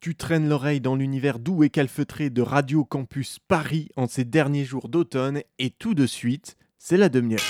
tu traînes l'oreille dans l'univers doux et calfeutré de Radio Campus Paris en ces derniers jours d'automne et tout de suite, c'est la demi-heure.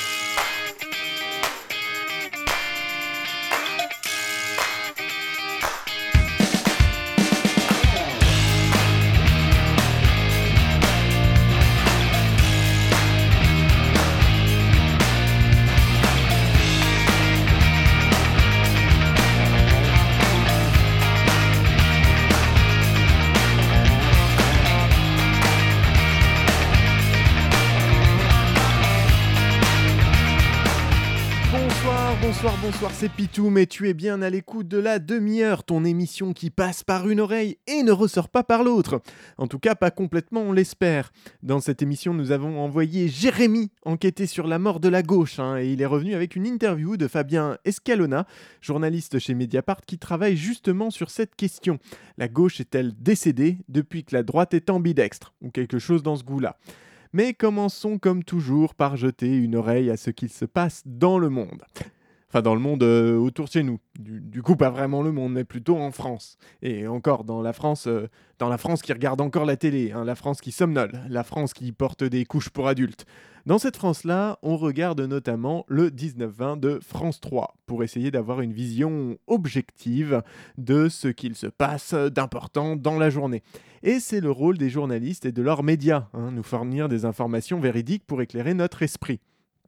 Bonsoir, c'est Pitou, mais tu es bien à l'écoute de la demi-heure, ton émission qui passe par une oreille et ne ressort pas par l'autre. En tout cas, pas complètement, on l'espère. Dans cette émission, nous avons envoyé Jérémy enquêter sur la mort de la gauche, et il est revenu avec une interview de Fabien Escalona, journaliste chez Mediapart, qui travaille justement sur cette question. La gauche est-elle décédée depuis que la droite est ambidextre, ou quelque chose dans ce goût-là? Mais commençons comme toujours par jeter une oreille à ce qu'il se passe dans le monde. Enfin, dans le monde autour de chez nous. Du coup, pas vraiment le monde, mais plutôt en France. Et encore, dans la France qui regarde encore la télé, la France qui somnole, la France qui porte des couches pour adultes. Dans cette France-là, on regarde notamment le 19-20 de France 3, pour essayer d'avoir une vision objective de ce qu'il se passe d'important dans la journée. Et c'est le rôle des journalistes et de leurs médias, nous fournir des informations véridiques pour éclairer notre esprit.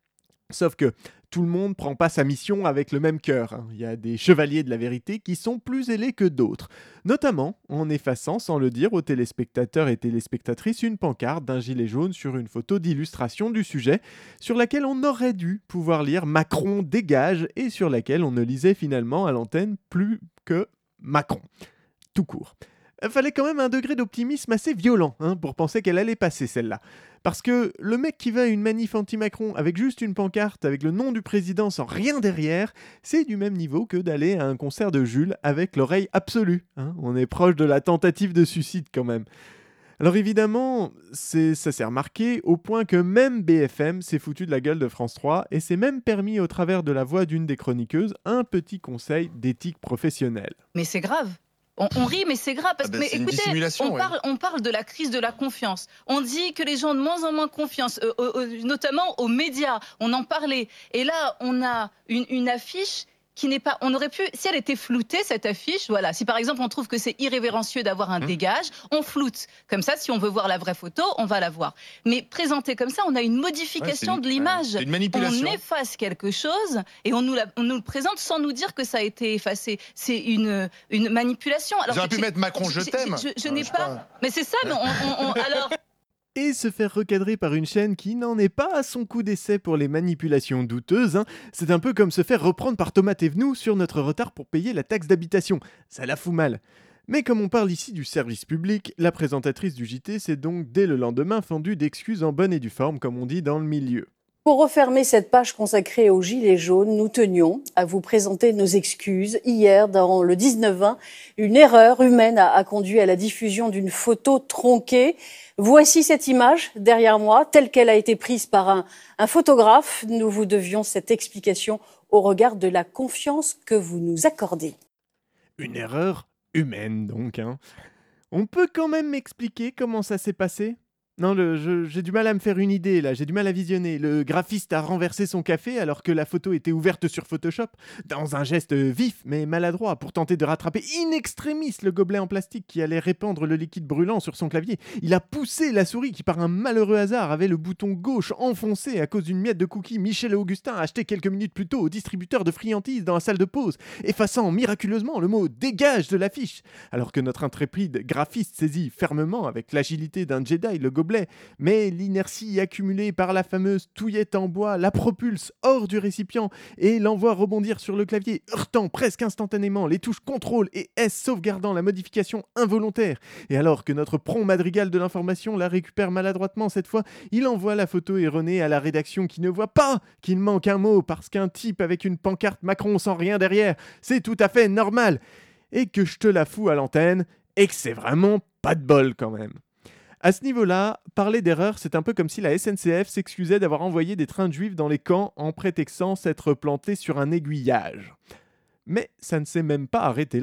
Sauf que tout le monde prend pas sa mission avec le même cœur. Il y a des chevaliers de la vérité qui sont plus zélés que d'autres. Notamment en effaçant, sans le dire, aux téléspectateurs et téléspectatrices une pancarte d'un gilet jaune sur une photo d'illustration du sujet, sur laquelle on aurait dû pouvoir lire « Macron dégage » et sur laquelle on ne lisait finalement à l'antenne plus que « Macron ». Tout court. Il fallait quand même un degré d'optimisme assez violent pour penser qu'elle allait passer celle-là. Parce que le mec qui va à une manif anti-Macron avec juste une pancarte avec le nom du président sans rien derrière, c'est du même niveau que d'aller à un concert de Jules avec l'oreille absolue. On est proche de la tentative de suicide quand même. Alors évidemment, ça s'est remarqué au point que même BFM s'est foutu de la gueule de France 3 et s'est même permis au travers de la voix d'une des chroniqueuses un petit conseil d'éthique professionnelle. Mais c'est grave. On rit, mais c'est grave. Parce que, c'est écoutez, on parle de la crise de la confiance. On dit que les gens ont de moins en moins confiance, notamment aux médias. On en parlait. Et là, on a une affiche qui n'est pas... On aurait pu... Si elle était floutée, cette affiche, voilà. Si par exemple, on trouve que c'est irrévérencieux d'avoir un dégage, on floute. Comme ça, si on veut voir la vraie photo, on va la voir. Mais présenté comme ça, on a une modification de l'image. C'est une manipulation. On efface quelque chose et on nous le présente sans nous dire que ça a été effacé. C'est une manipulation. Alors, vous auriez pu mettre Macron, je t'aime. Je n'ai pas... Mais c'est ça, mais alors... Et se faire recadrer par une chaîne qui n'en est pas à son coup d'essai pour les manipulations douteuses, c'est un peu comme se faire reprendre par Thomas Thévenoud sur notre retard pour payer la taxe d'habitation. Ça la fout mal. Mais comme on parle ici du service public, la présentatrice du JT s'est donc dès le lendemain fendue d'excuses en bonne et due forme, comme on dit dans le milieu. Pour refermer cette page consacrée aux Gilets jaunes, nous tenions à vous présenter nos excuses. Hier, dans le 19-20, une erreur humaine a conduit à la diffusion d'une photo tronquée. Voici cette image derrière moi, telle qu'elle a été prise par un photographe. Nous vous devions cette explication au regard de la confiance que vous nous accordez. Une erreur humaine, donc. On peut quand même m'expliquer comment ça s'est passé ? Non, j'ai du mal à me faire une idée, là, j'ai du mal à visionner. Le graphiste a renversé son café alors que la photo était ouverte sur Photoshop, dans un geste vif mais maladroit pour tenter de rattraper in extremis le gobelet en plastique qui allait répandre le liquide brûlant sur son clavier. Il a poussé la souris qui, par un malheureux hasard, avait le bouton gauche enfoncé à cause d'une miette de cookie Michel Augustin acheté quelques minutes plus tôt au distributeur de friandises dans la salle de pause, effaçant miraculeusement le mot « dégage » de l'affiche, alors que notre intrépide graphiste saisit fermement, avec l'agilité d'un Jedi, le gobelet, mais l'inertie accumulée par la fameuse touillette en bois la propulse hors du récipient et l'envoie rebondir sur le clavier, heurtant presque instantanément les touches CTRL et S, sauvegardant la modification involontaire. Et alors que notre prompt madrigal de l'information la récupère maladroitement cette fois, il envoie la photo erronée à la rédaction qui ne voit pas qu'il manque un mot parce qu'un type avec une pancarte Macron sans rien derrière, c'est tout à fait normal. Et que je te la fous à l'antenne et que c'est vraiment pas de bol quand même. À ce niveau-là, parler d'erreur, c'est un peu comme si la SNCF s'excusait d'avoir envoyé des trains de juifs dans les camps en prétextant s'être plantés sur un aiguillage. Mais ça ne s'est même pas arrêté là.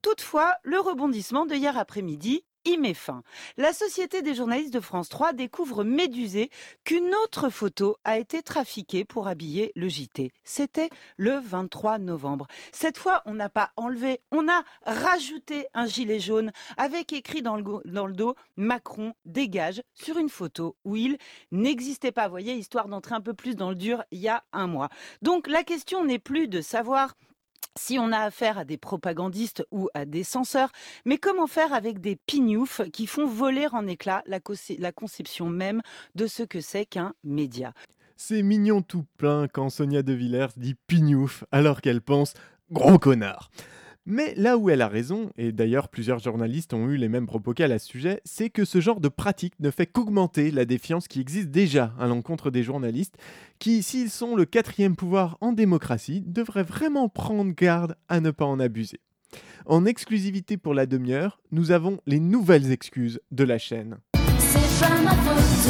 Toutefois, le rebondissement de hier après-midi y met fin. La Société des journalistes de France 3 découvre médusée qu'une autre photo a été trafiquée pour habiller le JT. C'était le 23 novembre. Cette fois, on n'a pas enlevé, on a rajouté un gilet jaune avec écrit dans le dos « Macron dégage » sur une photo où il n'existait pas. Vous voyez, histoire d'entrer un peu plus dans le dur, il y a un mois. Donc la question n'est plus de savoir si on a affaire à des propagandistes ou à des censeurs, mais comment faire avec des pignoufs qui font voler en éclats la conception même de ce que c'est qu'un média. C'est mignon tout plein quand Sonia De Villers dit pignouf alors qu'elle pense gros connard. Mais là où elle a raison, et d'ailleurs plusieurs journalistes ont eu les mêmes propos qu'elle à ce sujet, c'est que ce genre de pratique ne fait qu'augmenter la défiance qui existe déjà à l'encontre des journalistes, qui, s'ils sont le 4e pouvoir en démocratie, devraient vraiment prendre garde à ne pas en abuser. En exclusivité pour la demi-heure, nous avons les nouvelles excuses de la chaîne. C'est pas ma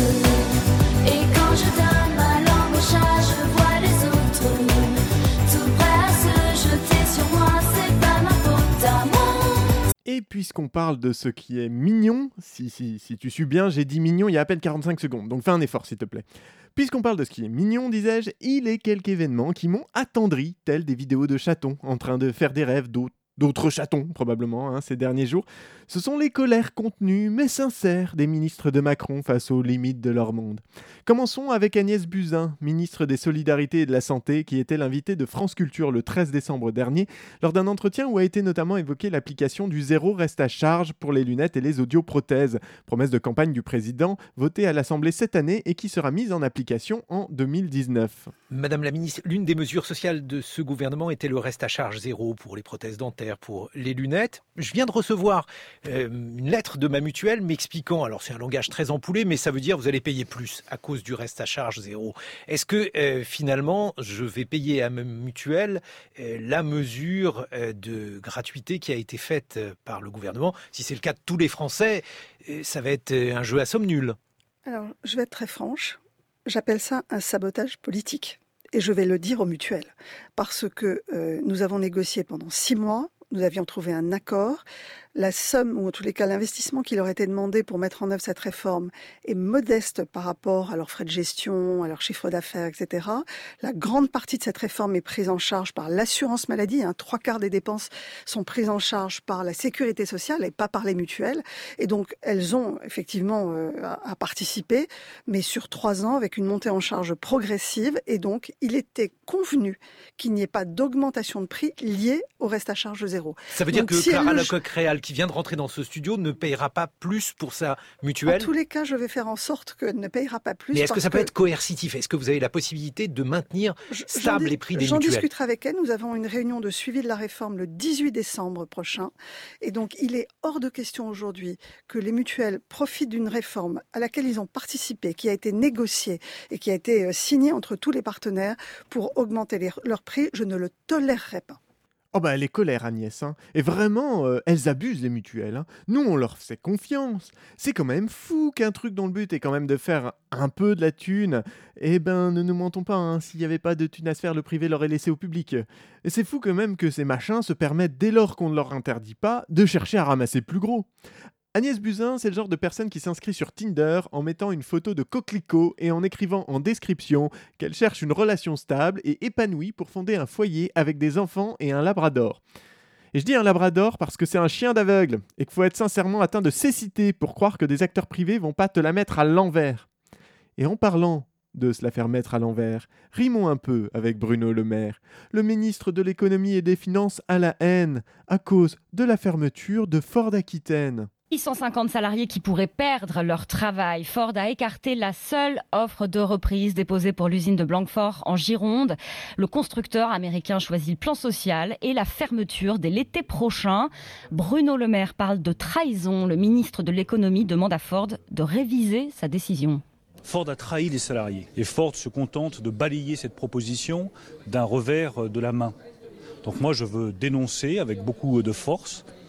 faute, et quand je donne ma langue au chat, je vois les autres, tout prêt à se jeter sur moi, c'est pas ma faute à moi. Et puisqu'on parle de ce qui est mignon, si tu suis bien, j'ai dit mignon il y a à peine 45 secondes, donc fais un effort s'il te plaît. Puisqu'on parle de ce qui est mignon, disais-je, il est quelques événements qui m'ont attendri, tels des vidéos de chatons en train de faire des rêves d'autres chatons, probablement, ces derniers jours. Ce sont les colères contenues, mais sincères, des ministres de Macron face aux limites de leur monde. Commençons avec Agnès Buzyn, ministre des Solidarités et de la Santé, qui était l'invitée de France Culture le 13 décembre dernier, lors d'un entretien où a été notamment évoquée l'application du zéro reste à charge pour les lunettes et les audioprothèses, promesse de campagne du président, votée à l'Assemblée cette année et qui sera mise en application en 2019. Madame la ministre, l'une des mesures sociales de ce gouvernement était le reste à charge zéro pour les prothèses dentaires, pour les lunettes. Je viens de recevoir une lettre de ma mutuelle m'expliquant, alors c'est un langage très ampoulé, mais ça veut dire vous allez payer plus à cause du reste à charge zéro. Est-ce que finalement je vais payer à ma mutuelle la mesure de gratuité qui a été faite par le gouvernement? Si c'est le cas de tous les Français, ça va être un jeu à somme nulle. Alors, je vais être très franche. J'appelle ça un sabotage politique. Et je vais le dire aux mutuelles. Parce que nous avons négocié pendant 6 mois. Nous avions trouvé un accord. La somme, ou en tous les cas l'investissement qui leur était demandé pour mettre en œuvre cette réforme est modeste par rapport à leurs frais de gestion, à leur chiffre d'affaires, etc. La grande partie de cette réforme est prise en charge par l'assurance maladie. 3/4 des dépenses sont prises en charge par la sécurité sociale et pas par les mutuelles. Et donc, elles ont effectivement à participer, mais sur 3 ans avec une montée en charge progressive. Et donc, il était convenu qu'il n'y ait pas d'augmentation de prix liée au reste à charge zéro. Ça veut dire que Clara Lecoq-Réal, qui vient de rentrer dans ce studio, ne payera pas plus pour sa mutuelle? En tous les cas, je vais faire en sorte qu'elle ne payera pas plus. Mais est-ce que ça peut être coercitif? Est-ce que vous avez la possibilité de maintenir stable les prix des mutuelles? J'en discuterai avec elle. Nous avons une réunion de suivi de la réforme le 18 décembre prochain. Et donc, il est hors de question aujourd'hui que les mutuelles profitent d'une réforme à laquelle ils ont participé, qui a été négociée et qui a été signée entre tous les partenaires pour augmenter leurs prix. Je ne le tolérerai pas. Oh bah elle est colère Agnès, et vraiment, elles abusent les mutuelles. Nous on leur fait confiance. C'est quand même fou qu'un truc dont le but est quand même de faire un peu de la thune, eh ben ne nous mentons pas, s'il n'y avait pas de thune à se faire, le privé l'aurait laissé au public. Et c'est fou quand même que ces machins se permettent, dès lors qu'on ne leur interdit pas, de chercher à ramasser plus gros. Agnès Buzyn, c'est le genre de personne qui s'inscrit sur Tinder en mettant une photo de coquelicot et en écrivant en description qu'elle cherche une relation stable et épanouie pour fonder un foyer avec des enfants et un labrador. Et je dis un labrador parce que c'est un chien d'aveugle et qu'il faut être sincèrement atteint de cécité pour croire que des acteurs privés vont pas te la mettre à l'envers. Et en parlant de se la faire mettre à l'envers, rimons un peu avec Bruno Le Maire, le ministre de l'économie et des finances à la haine à cause de la fermeture de Ford Aquitaine. 150 salariés qui pourraient perdre leur travail. Ford a écarté la seule offre de reprise déposée pour l'usine de Blanquefort en Gironde. Le constructeur américain choisit le plan social et la fermeture dès l'été prochain. Bruno Le Maire parle de trahison. Le ministre de l'économie demande à Ford de réviser sa décision. Ford a trahi les salariés et Ford se contente de balayer cette proposition d'un revers de la main. Donc moi je veux dénoncer avec beaucoup de force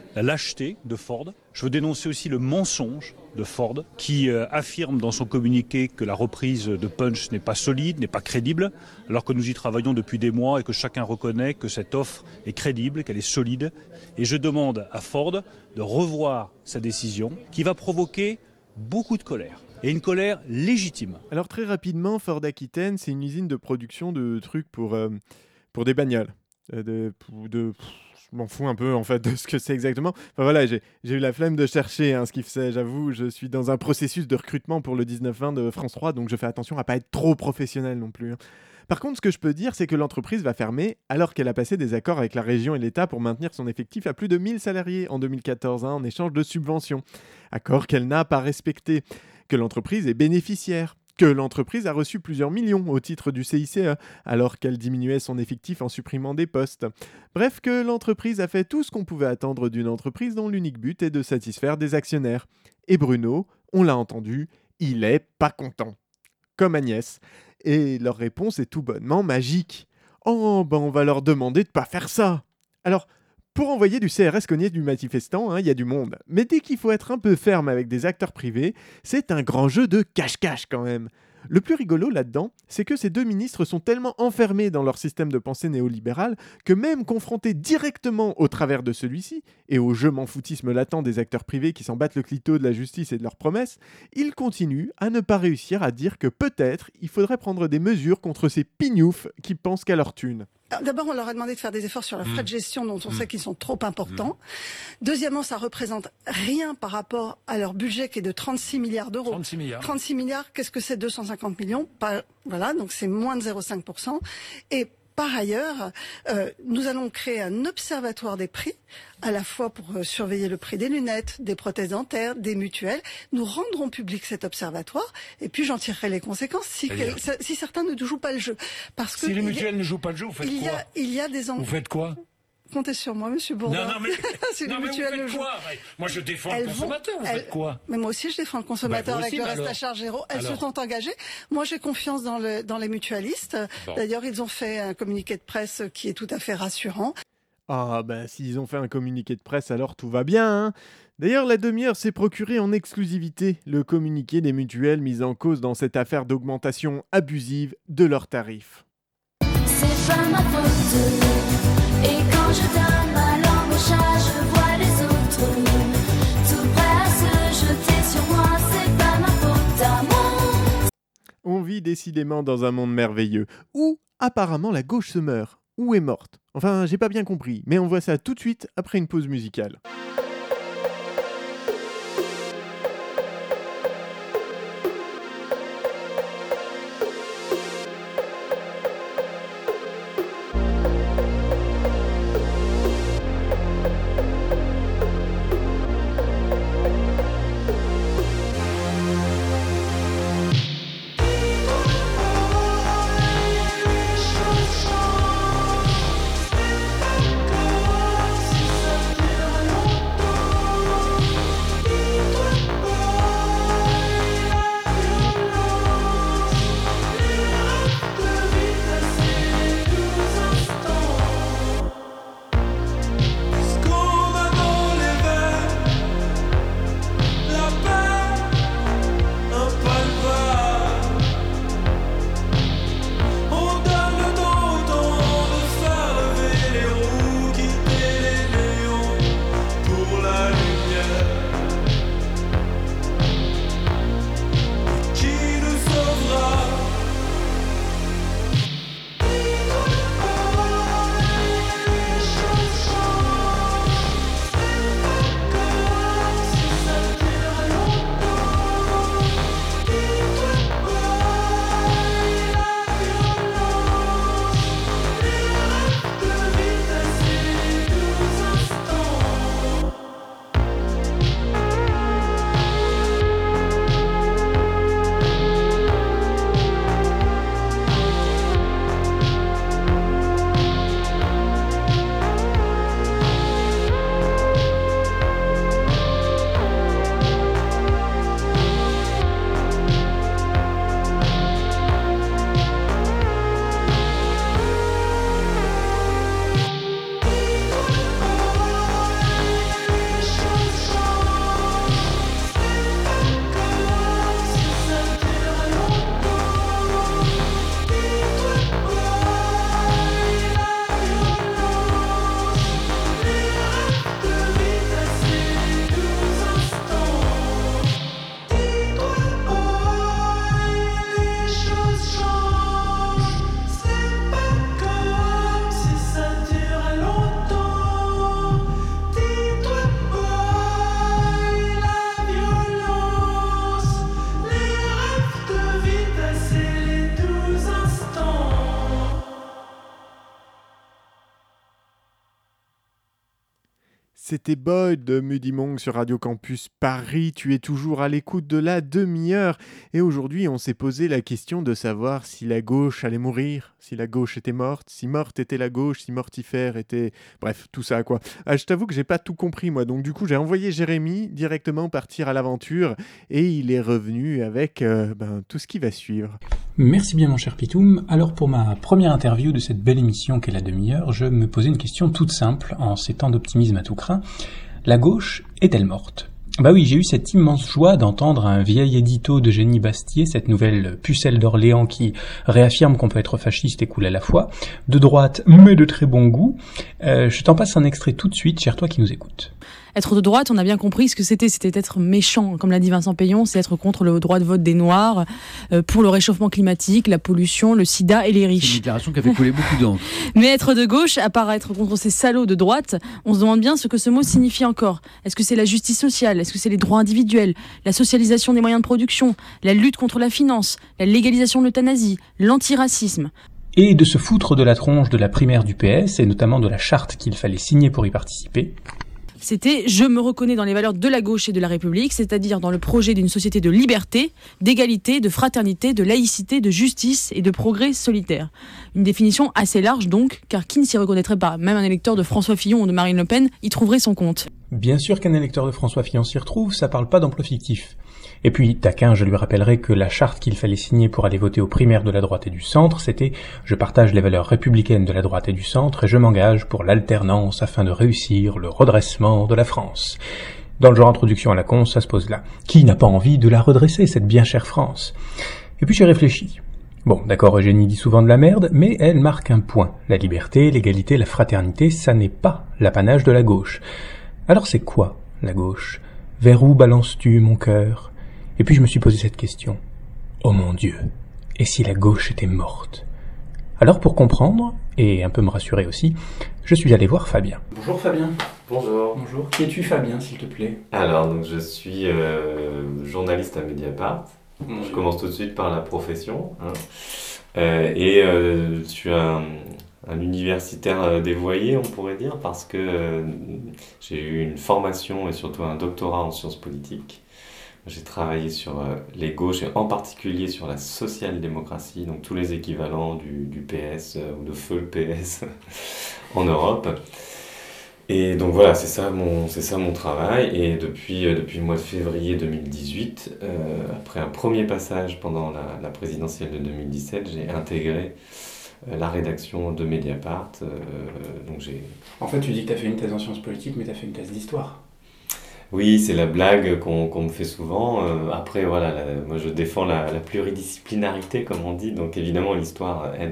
la lâcheté de Ford. Je veux dénoncer aussi le mensonge de Ford qui affirme dans son communiqué que la reprise de Punch n'est pas solide, n'est pas crédible, alors que nous y travaillons depuis des mois et que chacun reconnaît que cette offre est crédible, qu'elle est solide. Et je demande à Ford de revoir sa décision qui va provoquer beaucoup de colère. Et une colère légitime. Alors très rapidement, Ford Aquitaine, c'est une usine de production de trucs pour des bagnoles. Je m'en fous un peu en fait de ce que c'est exactement. Enfin voilà, j'ai eu la flemme de chercher ce qu'il faisait, j'avoue. Je suis dans un processus de recrutement pour le 19-20 de France 3, donc je fais attention à pas être trop professionnel non plus. Par contre, ce que je peux dire, c'est que l'entreprise va fermer alors qu'elle a passé des accords avec la région et l'État pour maintenir son effectif à plus de 1000 salariés en 2014 en échange de subventions. Accord qu'elle n'a pas respecté. Que l'entreprise est bénéficiaire, que l'entreprise a reçu plusieurs millions au titre du CICE, alors qu'elle diminuait son effectif en supprimant des postes. Bref, que l'entreprise a fait tout ce qu'on pouvait attendre d'une entreprise dont l'unique but est de satisfaire des actionnaires. Et Bruno, on l'a entendu, il est pas content. Comme Agnès. Et leur réponse est tout bonnement magique. Oh, on va leur demander de pas faire ça. Alors, pour envoyer du CRS cogner du manifestant, il y a du monde. Mais dès qu'il faut être un peu ferme avec des acteurs privés, c'est un grand jeu de cache-cache quand même. Le plus rigolo là-dedans, c'est que ces deux ministres sont tellement enfermés dans leur système de pensée néolibéral que même confrontés directement au travers de celui-ci, et au je m'en foutisme latent des acteurs privés qui s'en battent le clito de la justice et de leurs promesses, ils continuent à ne pas réussir à dire que peut-être il faudrait prendre des mesures contre ces pignoufs qui pensent qu'à leur thune. D'abord, on leur a demandé de faire des efforts sur leurs frais de gestion dont on sait qu'ils sont trop importants. Deuxièmement, ça représente rien par rapport à leur budget qui est de 36 milliards d'euros. 36 milliards. 36 milliards, qu'est-ce que c'est 250 millions? Voilà, donc c'est moins de 0,5%. Et par ailleurs, nous allons créer un observatoire des prix, à la fois pour surveiller le prix des lunettes, des prothèses dentaires, des mutuelles. Nous rendrons public cet observatoire et puis j'en tirerai les conséquences si certains ne jouent pas le jeu. Parce que si les mutuelles ne jouent pas le jeu, vous faites quoi? Il y a des Vous faites quoi? Comptez sur moi, Monsieur Bourdin. Non, mais, si non, mais vous faites quoi? Moi, je défends le consommateur. Vous faites quoi? Mais moi aussi, je défends le consommateur avec le reste à charge zéro. Elles se sont engagées. Moi, j'ai confiance dans les mutualistes. Bon. D'ailleurs, ils ont fait un communiqué de presse qui est tout à fait rassurant. Ah, s'ils ont fait un communiqué de presse, alors tout va bien, D'ailleurs, la demi-heure s'est procuré en exclusivité le communiqué des mutuelles mises en cause dans cette affaire d'augmentation abusive de leurs tarifs. C'est pas ma faute. Et quand je donne ma langue au chat, je vois les autres tout prêts à se jeter sur moi. C'est pas ma faute à moi. On vit décidément dans un monde merveilleux où apparemment la gauche se meurt ou est morte. Enfin, j'ai pas bien compris, mais on voit ça tout de suite après une pause musicale. C'était Boyd de Muddy Monk sur Radio Campus Paris. Tu es toujours à l'écoute de la demi-heure. Et aujourd'hui, on s'est posé la question de savoir si la gauche allait mourir, si la gauche était morte, si morte était la gauche, si mortifère était... Bref, tout ça, quoi. Je t'avoue que j'ai pas tout compris, moi. Donc, du coup, j'ai envoyé Jérémy directement partir à l'aventure. Et il est revenu avec tout ce qui va suivre. Merci bien, mon cher Pitoum. Alors, pour ma première interview de cette belle émission qu'est la demi-heure, je me posais une question toute simple, en ces temps d'optimisme à tout crin. La gauche est-elle morte ? Bah oui, j'ai eu cette immense joie d'entendre un vieil édito de Génie Bastier, cette nouvelle pucelle d'Orléans qui réaffirme qu'on peut être fasciste et cool à la fois, de droite mais de très bon goût. Je t'en passe un extrait tout de suite, cher toi qui nous écoutes. Être de droite, on a bien compris ce que c'était être méchant, comme l'a dit Vincent Payon, c'est être contre le droit de vote des Noirs, pour le réchauffement climatique, la pollution, le sida et les riches. C'est une déclaration qui a fait couler beaucoup d'encre. Mais être de gauche, à part être contre ces salauds de droite, on se demande bien ce que ce mot signifie encore. Est-ce que c'est la justice sociale ? Est-ce que c'est les droits individuels ? La socialisation des moyens de production ? La lutte contre la finance ? La légalisation de l'euthanasie ? L'antiracisme ? Et de se foutre de la tronche de la primaire du PS, et notamment de la charte qu'il fallait signer pour y participer. C'était « Je me reconnais dans les valeurs de la gauche et de la République », c'est-à-dire dans le projet d'une société de liberté, d'égalité, de fraternité, de laïcité, de justice et de progrès solitaire. Une définition assez large donc, car qui ne s'y reconnaîtrait pas ? Même un électeur de François Fillon ou de Marine Le Pen y trouverait son compte. Bien sûr qu'un électeur de François Fillon s'y retrouve, ça parle pas d'emploi fictif. Et puis, taquin, je lui rappellerai que la charte qu'il fallait signer pour aller voter aux primaires de la droite et du centre, c'était « Je partage les valeurs républicaines de la droite et du centre et je m'engage pour l'alternance afin de réussir le redressement de la France ». Dans le genre introduction à la con, ça se pose là. Qui n'a pas envie de la redresser, cette bien chère France ? Et puis j'ai réfléchi. Bon, d'accord, Eugénie dit souvent de la merde, mais elle marque un point. La liberté, l'égalité, la fraternité, ça n'est pas l'apanage de la gauche. Alors c'est quoi, la gauche ? Vers où balances-tu, mon cœur ? Et puis je me suis posé cette question. Oh mon Dieu, et si la gauche était morte ? Alors pour comprendre, et un peu me rassurer aussi, je suis allé voir Fabien. Bonjour Fabien. Bonjour. Bonjour. Qui es-tu Fabien, s'il te plaît ? Alors, donc, je suis journaliste à Mediapart. Je commence tout de suite par la profession. Je suis un universitaire dévoyé, on pourrait dire, parce que j'ai eu une formation et surtout un doctorat en sciences politiques. J'ai travaillé sur les gauches et en particulier sur la social-démocratie, donc tous les équivalents du PS ou de feu le PS en Europe. Et donc voilà, c'est ça mon travail. Et depuis le mois de février 2018, après un premier passage pendant la présidentielle de 2017, j'ai intégré la rédaction de Mediapart. En fait, tu dis que tu as fait une thèse en sciences politiques, mais tu as fait une thèse d'histoire. Oui, c'est la blague qu'on me fait souvent. Après, voilà, moi je défends la pluridisciplinarité, comme on dit. Donc évidemment, l'histoire aide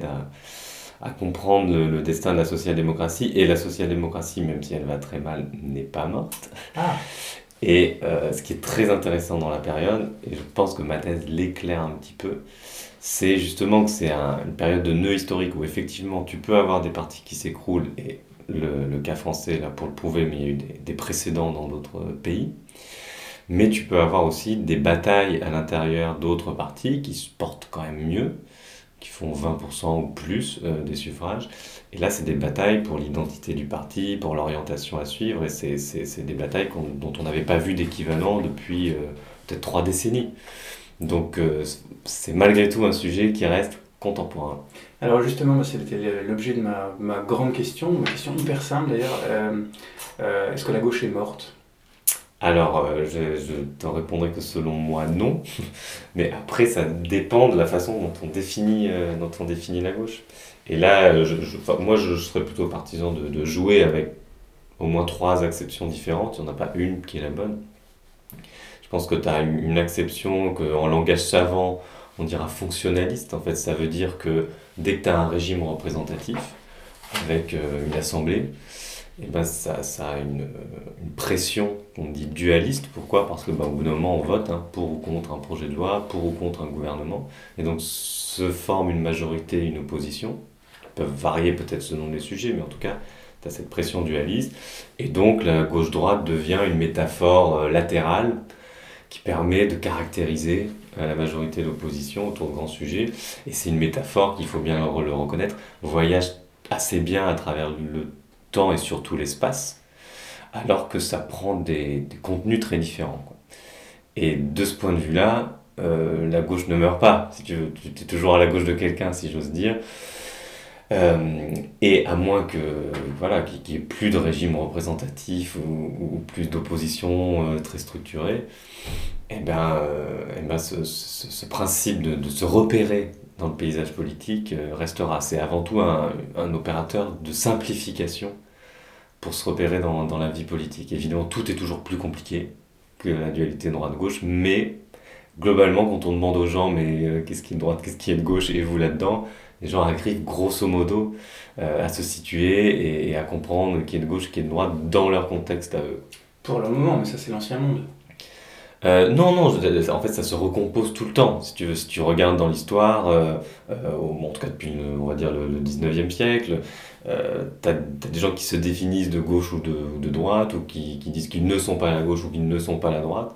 à comprendre le destin de la social-démocratie. Et la social-démocratie, même si elle va très mal, n'est pas morte. Ah. Et ce qui est très intéressant dans la période, et je pense que ma thèse l'éclaire un petit peu, c'est justement que c'est une période de nœud historique où effectivement tu peux avoir des partis qui s'écroulent, et le cas français là pour le prouver, mais il y a eu des précédents dans d'autres pays. Mais tu peux avoir aussi des batailles à l'intérieur d'autres partis qui se portent quand même mieux, qui font 20% ou plus des suffrages. Et là, c'est des batailles pour l'identité du parti, pour l'orientation à suivre, et c'est des batailles dont on n'avait pas vu d'équivalent depuis peut-être 3 décennies. Donc c'est malgré tout un sujet qui reste contemporain. Alors justement, c'était l'objet de ma grande question, ma question hyper simple d'ailleurs. Est-ce que la gauche est morte ? Alors, je te répondrai que selon moi, non. Mais après, ça dépend de la façon dont on définit la gauche. Et là, moi, je serais plutôt partisan de jouer avec au moins 3 acceptions différentes. Il n'y en a pas une qui est la bonne. Je pense que tu as une acception qu'en langage savant, on dira fonctionnaliste. En fait, ça veut dire que dès que tu as un régime représentatif, avec une assemblée, et ben ça a une pression, on dit dualiste. Pourquoi ? Parce que au bout d'un moment, on vote pour ou contre un projet de loi, pour ou contre un gouvernement. Et donc se forme une majorité et une opposition. Elles peuvent varier peut-être selon les sujets, mais en tout cas, tu as cette pression dualiste. Et donc la gauche-droite devient une métaphore latérale qui permet de caractériser la majorité de l'opposition autour de grands sujets. Et c'est une métaphore qu'il faut bien le reconnaître, voyage assez bien à travers le temps et surtout l'espace, alors que ça prend des contenus très différents, quoi. Et de ce point de vue-là, la gauche ne meurt pas, si tu veux, tu es toujours à la gauche de quelqu'un, si j'ose dire. Et à moins que voilà, qu'il y ait plus de régime représentatif ou plus d'opposition très structurée, ce principe de se repérer dans le paysage politique restera. C'est avant tout un opérateur de simplification pour se repérer dans la vie politique. Évidemment, tout est toujours plus compliqué que la dualité droite-gauche, mais globalement, quand on demande aux gens mais qu'est-ce qui est de droite, qu'est-ce qui est de gauche, et vous là-dedans, les gens arrivent grosso modo à se situer et à comprendre qui est de gauche, qui est de droite dans leur contexte à eux. Pour le moment, mais ça c'est l'ancien monde. Non, en fait ça se recompose tout le temps. Si tu regardes dans l'histoire, en tout cas depuis on va dire le 19e siècle, t'as des gens qui se définissent de gauche ou de droite, ou qui disent qu'ils ne sont pas à la gauche ou qu'ils ne sont pas à la droite.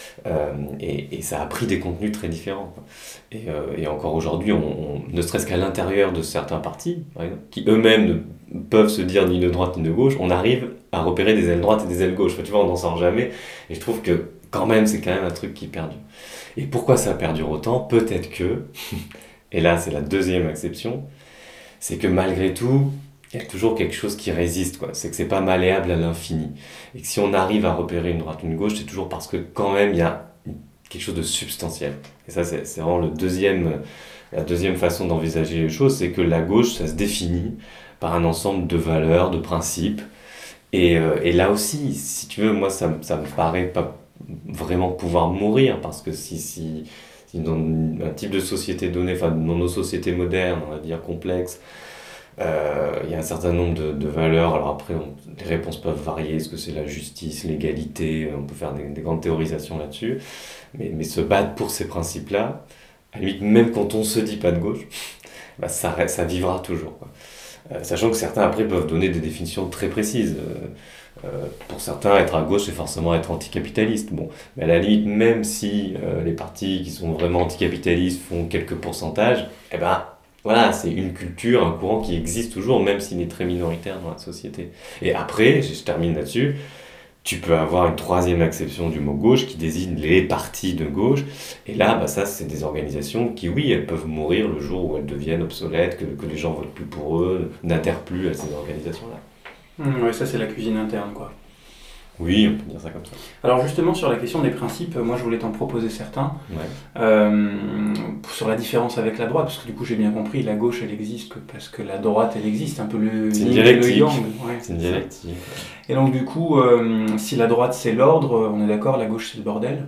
Et ça a pris des contenus très différents. Et encore aujourd'hui, ne serait-ce qu'à l'intérieur de certains partis, par exemple, qui eux-mêmes ne peuvent se dire ni de droite ni de gauche, on arrive à repérer des ailes droites et des ailes gauches. Enfin, tu vois, on n'en sort jamais. Et je trouve que quand même, c'est quand même un truc qui perdure. Et pourquoi ça perdure autant ? Peut-être que, et là c'est la deuxième exception, c'est que malgré tout, il y a toujours quelque chose qui résiste, quoi. C'est que c'est pas malléable à l'infini. Et que si on arrive à repérer une droite ou une gauche, c'est toujours parce que quand même il y a quelque chose de substantiel. Et ça, c'est vraiment la deuxième façon d'envisager les choses, c'est que la gauche, ça se définit par un ensemble de valeurs, de principes. Et là aussi, si tu veux, moi, ça me paraît pas vraiment pouvoir mourir, parce que si dans un type de société donnée, enfin dans nos sociétés modernes, on va dire complexes, il y a un certain nombre de valeurs. Alors après, les réponses peuvent varier. Est-ce que c'est la justice, l'égalité ? On peut faire des grandes théorisations là-dessus. Mais se battre pour ces principes-là, à la limite, même quand on se dit pas de gauche, ça vivra toujours, quoi. Sachant que certains, après, peuvent donner des définitions très précises. Pour certains, être à gauche, c'est forcément être anticapitaliste. Bon, mais à la limite, même si les partis qui sont vraiment anticapitalistes font quelques pourcentages, voilà, c'est une culture, un courant qui existe toujours, même s'il est très minoritaire dans la société. Et après, je termine là-dessus, tu peux avoir une troisième acception du mot gauche qui désigne les partis de gauche. Et là, ça, c'est des organisations qui, oui, elles peuvent mourir le jour où elles deviennent obsolètes, que les gens votent plus pour eux, n'adhèrent plus à ces organisations-là. Ouais, ça c'est la cuisine interne, quoi. Oui, on peut dire ça comme ça. Alors justement, sur la question des principes, moi je voulais t'en proposer certains. Ouais. Sur la différence avec la droite, parce que du coup j'ai bien compris, la gauche elle existe que parce que la droite elle existe, un peu le c'est une dialectique. Le yang. Ouais, c'est une dialectique. Et donc du coup, si la droite c'est l'ordre, on est d'accord, la gauche c'est le bordel.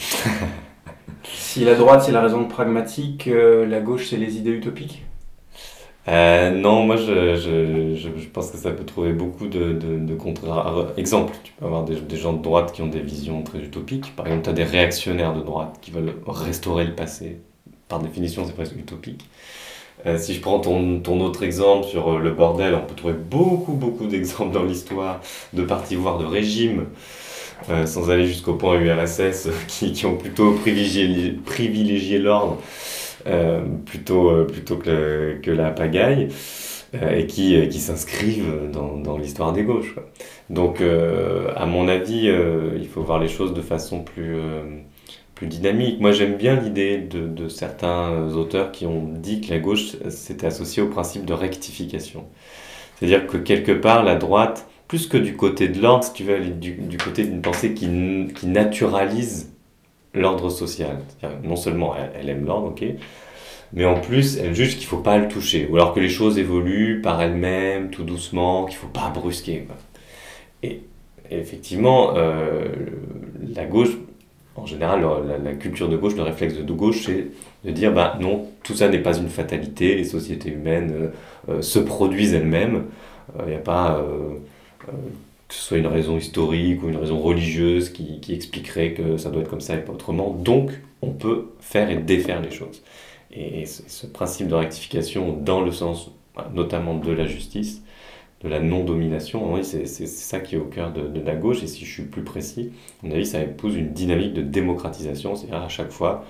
Si la droite c'est la raison pragmatique, la gauche c'est les idées utopiques. Non, moi je pense que ça peut trouver beaucoup de contre-exemples. Tu peux avoir des gens de droite qui ont des visions très utopiques. Par exemple, tu as des réactionnaires de droite qui veulent restaurer le passé. Par définition, c'est presque utopique. Si je prends ton autre exemple sur le bordel, on peut trouver beaucoup d'exemples dans l'histoire de partis, voire de régimes, sans aller jusqu'au point URSS, qui ont plutôt privilégié l'ordre. Plutôt que la pagaille, et qui s'inscrivent dans l'histoire des gauches, quoi. Donc à mon avis, il faut voir les choses de façon plus dynamique. Moi j'aime bien l'idée de certains auteurs qui ont dit que la gauche s'était associée au principe de rectification. C'est-à-dire que quelque part la droite, plus que du côté de l'ordre, si tu veux, aller du côté d'une pensée qui naturalise l'ordre social. C'est-à-dire, non seulement elle aime l'ordre, ok, mais en plus elle juge qu'il ne faut pas le toucher, ou alors que les choses évoluent par elles-mêmes, tout doucement, qu'il ne faut pas brusquer, quoi. Et effectivement, la gauche, en général, la culture de gauche, le réflexe de gauche, c'est de dire non, tout ça n'est pas une fatalité, les sociétés humaines se produisent elles-mêmes, il n'y a pas... que ce soit une raison historique ou une raison religieuse qui expliquerait que ça doit être comme ça et pas autrement. Donc, on peut faire et défaire les choses. Et ce principe de rectification, dans le sens notamment de la justice, de la non-domination, oui, c'est ça qui est au cœur de la gauche. Et si je suis plus précis, à mon avis, ça épouse une dynamique de démocratisation. C'est-à-dire à chaque fois,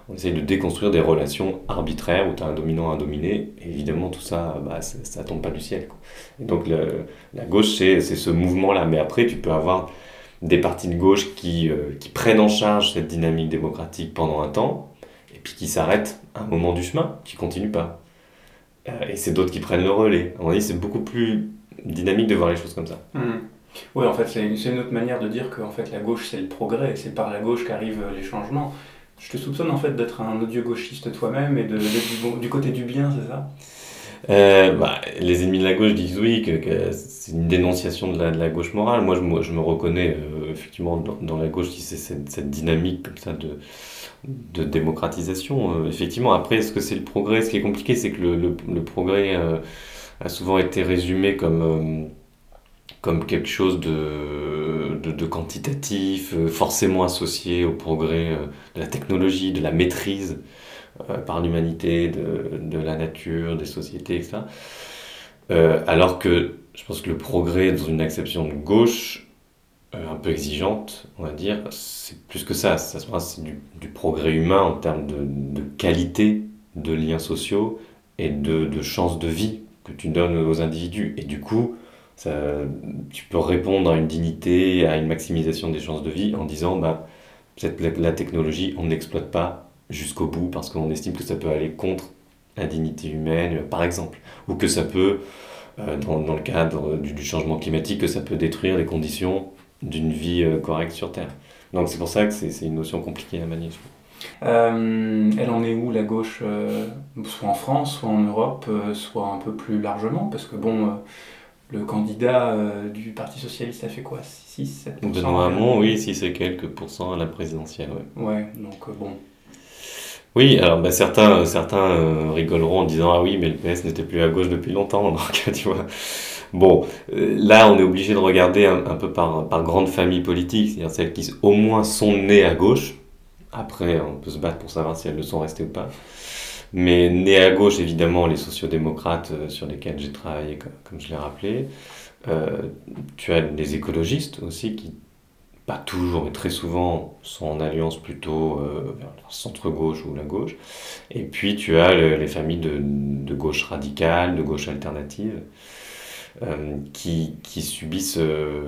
On essaye de déconstruire des relations arbitraires où tu as un dominant, un dominé. Et évidemment, tout ça, ça tombe pas du ciel, quoi. Et donc, la gauche, c'est ce mouvement-là. Mais après, tu peux avoir des partis de gauche qui prennent en charge cette dynamique démocratique pendant un temps, et puis qui s'arrêtent à un moment du chemin, qui ne continuent pas. Et c'est d'autres qui prennent le relais. À mon avis, c'est beaucoup plus dynamique de voir les choses comme ça. Oui, en fait, c'est une autre manière de dire que en fait, la gauche, c'est le progrès, c'est par la gauche qu'arrivent les changements. Je te soupçonne en fait d'être un odieux gauchiste toi-même et d'être du côté du bien, c'est ça ? Les ennemis de la gauche disent oui, que c'est une dénonciation de la gauche morale. Moi, je me reconnais effectivement dans la gauche, c'est cette dynamique comme ça de démocratisation. Effectivement, après, est-ce que c'est le progrès ? Ce qui est compliqué, c'est que le progrès a souvent été résumé comme quelque chose de quantitatif, forcément associé au progrès de la technologie, de la maîtrise par l'humanité, de la nature, des sociétés, etc. Alors que je pense que le progrès, dans une acception de gauche, un peu exigeante, on va dire, c'est plus que ça. C'est du progrès humain en termes de qualité de liens sociaux et de chances de vie que tu donnes aux individus. Et du coup, tu peux répondre à une dignité, à une maximisation des chances de vie en disant la technologie, on n'exploite pas jusqu'au bout parce qu'on estime que ça peut aller contre la dignité humaine, par exemple, ou que ça peut, dans le cadre du changement climatique, que ça peut détruire les conditions d'une vie correcte sur Terre. Donc c'est pour ça que c'est une notion compliquée à manier. Elle en est où, la gauche, soit en France, soit en Europe, soit un peu plus largement, parce que le candidat du Parti Socialiste a fait quoi, 6-7%? Benoît Hamon, oui, 6 et quelques % à la présidentielle. Ouais, donc bon. Oui, alors certains rigoleront en disant « Ah oui, mais le PS n'était plus à gauche depuis longtemps. » Donc, tu vois. Bon, là, on est obligé de regarder un peu par grande famille politique, c'est-à-dire celles qui au moins sont nées à gauche. Après, on peut se battre pour savoir si elles le sont restées ou pas. Mais nées à gauche, évidemment, les sociodémocrates sur lesquels j'ai travaillé, comme je l'ai rappelé. Tu as des écologistes aussi qui, pas toujours, mais très souvent, sont en alliance plutôt vers le centre-gauche ou la gauche. Et puis, tu as les familles de gauche radicale, de gauche alternative, qui subissent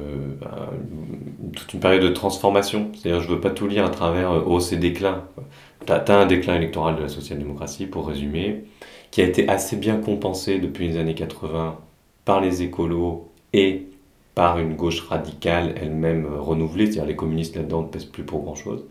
toute une période de transformation. C'est-à-dire, je ne veux pas tout lire à travers hausse et déclin. Tu as un déclin électoral de la social-démocratie, pour résumer, qui a été assez bien compensé depuis les années 80 par les écolos et par une gauche radicale elle-même renouvelée, c'est-à-dire les communistes là-dedans ne pèsent plus pour grand-chose.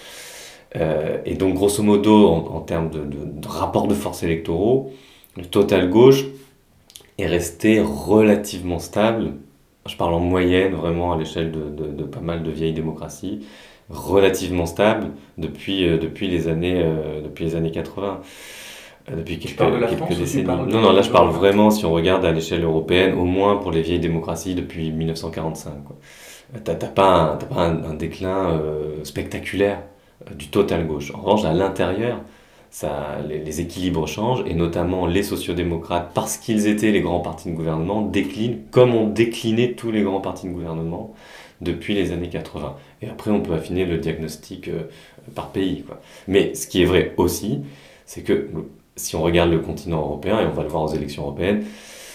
Et donc, grosso modo, en termes de rapport de force électoraux, le total gauche est resté relativement stable. Je parle en moyenne, vraiment à l'échelle de pas mal de vieilles démocraties, relativement stable depuis les années 80. Depuis quelques décennies. Non, là je parle vraiment, si on regarde à l'échelle européenne, au moins pour les vieilles démocraties depuis 1945. T'as pas un déclin spectaculaire du total gauche. En revanche, à l'intérieur, les équilibres changent, et notamment les sociodémocrates, parce qu'ils étaient les grands partis de gouvernement, déclinent comme ont décliné tous les grands partis de gouvernement depuis les années 80. Et après, on peut affiner le diagnostic par pays, quoi. Mais ce qui est vrai aussi, c'est que si on regarde le continent européen, et on va le voir aux élections européennes,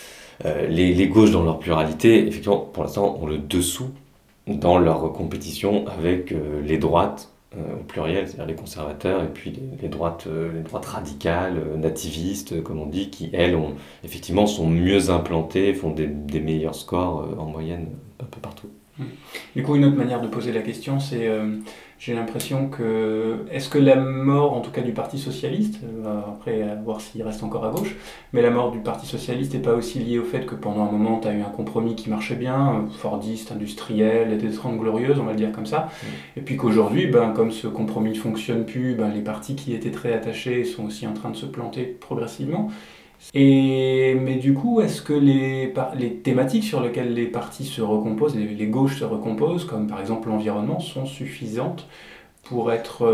les gauches dans leur pluralité, effectivement, pour l'instant, ont le dessous dans leur compétition avec les droites, au pluriel, c'est-à-dire les conservateurs, et puis les droites radicales, nativistes, comme on dit, qui, elles, effectivement, sont mieux implantées, font des meilleurs scores en moyenne un peu partout. Du coup, une autre manière de poser la question, c'est, j'ai l'impression que, est-ce que la mort, en tout cas du Parti Socialiste, après à voir s'il reste encore à gauche, mais la mort du Parti Socialiste n'est pas aussi liée au fait que pendant un moment, tu as eu un compromis qui marchait bien, fordiste, industriel, des 30 glorieuses, on va le dire comme ça, et puis qu'aujourd'hui, comme ce compromis ne fonctionne plus, les partis qui étaient très attachés sont aussi en train de se planter progressivement. Mais du coup, est-ce que les thématiques sur lesquelles les partis se recomposent, les gauches se recomposent, comme par exemple l'environnement, sont suffisantes pour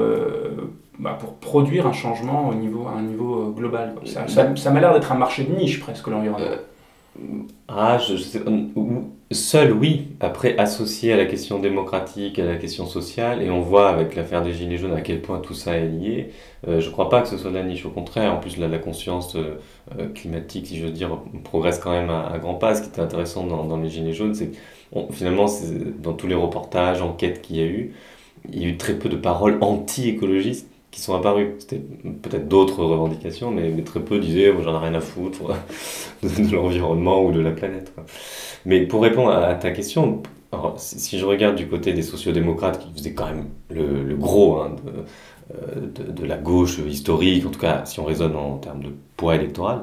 pour produire un changement à un niveau global, quoi. Ça m'a l'air d'être un marché de niche presque, l'environnement. Je sais, seul, oui. Après, associé à la question démocratique, à la question sociale, et on voit avec l'affaire des Gilets jaunes à quel point tout ça est lié. Je ne crois pas que ce soit de la niche. Au contraire, en plus, la conscience climatique, si je veux dire, progresse quand même à grands pas. Ce qui était intéressant dans les Gilets jaunes, c'est que finalement, dans tous les reportages, enquêtes qu'il y a eu très peu de paroles anti-écologistes qui sont apparues. C'était peut-être d'autres revendications, mais très peu disaient « j'en ai rien à foutre de l'environnement ou de la planète ». Mais pour répondre à ta question, alors, si je regarde du côté des sociodémocrates qui faisaient quand même le gros de la gauche historique, en tout cas si on raisonne en termes de poids électoral,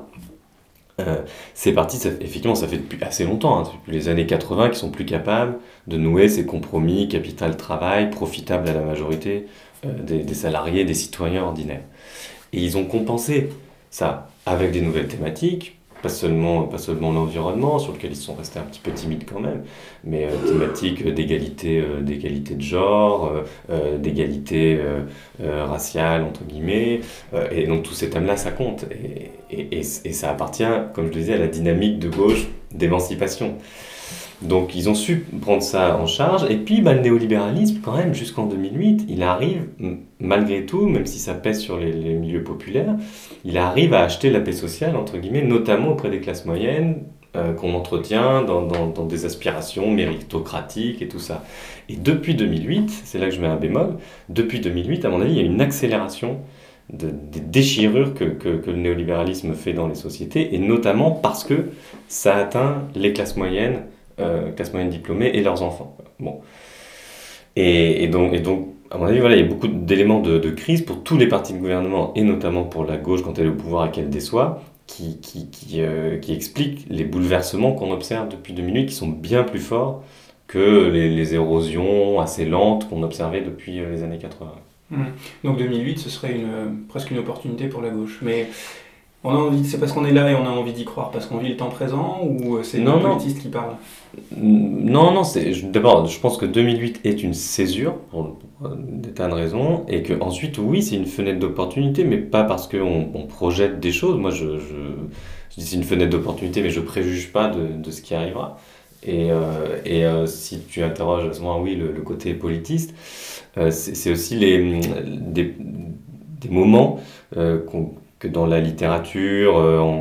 ces partis, effectivement, ça fait depuis assez longtemps, depuis les années 80, qu'ils sont plus capables de nouer ces compromis capital-travail profitables à la majorité des salariés, des citoyens ordinaires. Et ils ont compensé ça avec des nouvelles thématiques, pas seulement l'environnement, sur lequel ils sont restés un petit peu timides quand même, mais thématiques d'égalité de genre, d'égalité raciale, entre guillemets, et donc tous ces thèmes-là, ça compte, et ça appartient, comme je le disais, à la dynamique de gauche d'émancipation. Donc ils ont su prendre ça en charge, et puis le néolibéralisme, quand même, jusqu'en 2008, il arrive, malgré tout, même si ça pèse sur les milieux populaires, il arrive à acheter la paix sociale, entre guillemets, notamment auprès des classes moyennes, qu'on entretient dans des aspirations méritocratiques et tout ça. Et depuis 2008, c'est là que je mets un bémol, depuis 2008, à mon avis, il y a une accélération des déchirures que le néolibéralisme fait dans les sociétés, et notamment parce que ça atteint les classes moyennes diplômées et leurs enfants. Bon. Et donc, à mon avis, voilà, il y a beaucoup d'éléments de crise pour tous les partis de gouvernement, et notamment pour la gauche quand elle est au pouvoir et qu'elle déçoit, qui expliquent les bouleversements qu'on observe depuis 2008, qui sont bien plus forts que les érosions assez lentes qu'on observait depuis les années 80. Donc 2008, ce serait presque une opportunité pour la gauche. Mais on a envie, c'est parce qu'on est là et on a envie d'y croire, parce qu'on vit le temps présent, ou c'est les politistes qui parlent? Non, d'abord, je pense que 2008 est une césure, pour des tas de raisons, et que ensuite, oui, c'est une fenêtre d'opportunité, mais pas parce qu'on projette des choses. Moi, je dis c'est une fenêtre d'opportunité, mais je préjuge pas de ce qui arrivera. Et si tu interroges à ce moment, oui, le côté politiste, c'est aussi des moments que dans la littérature,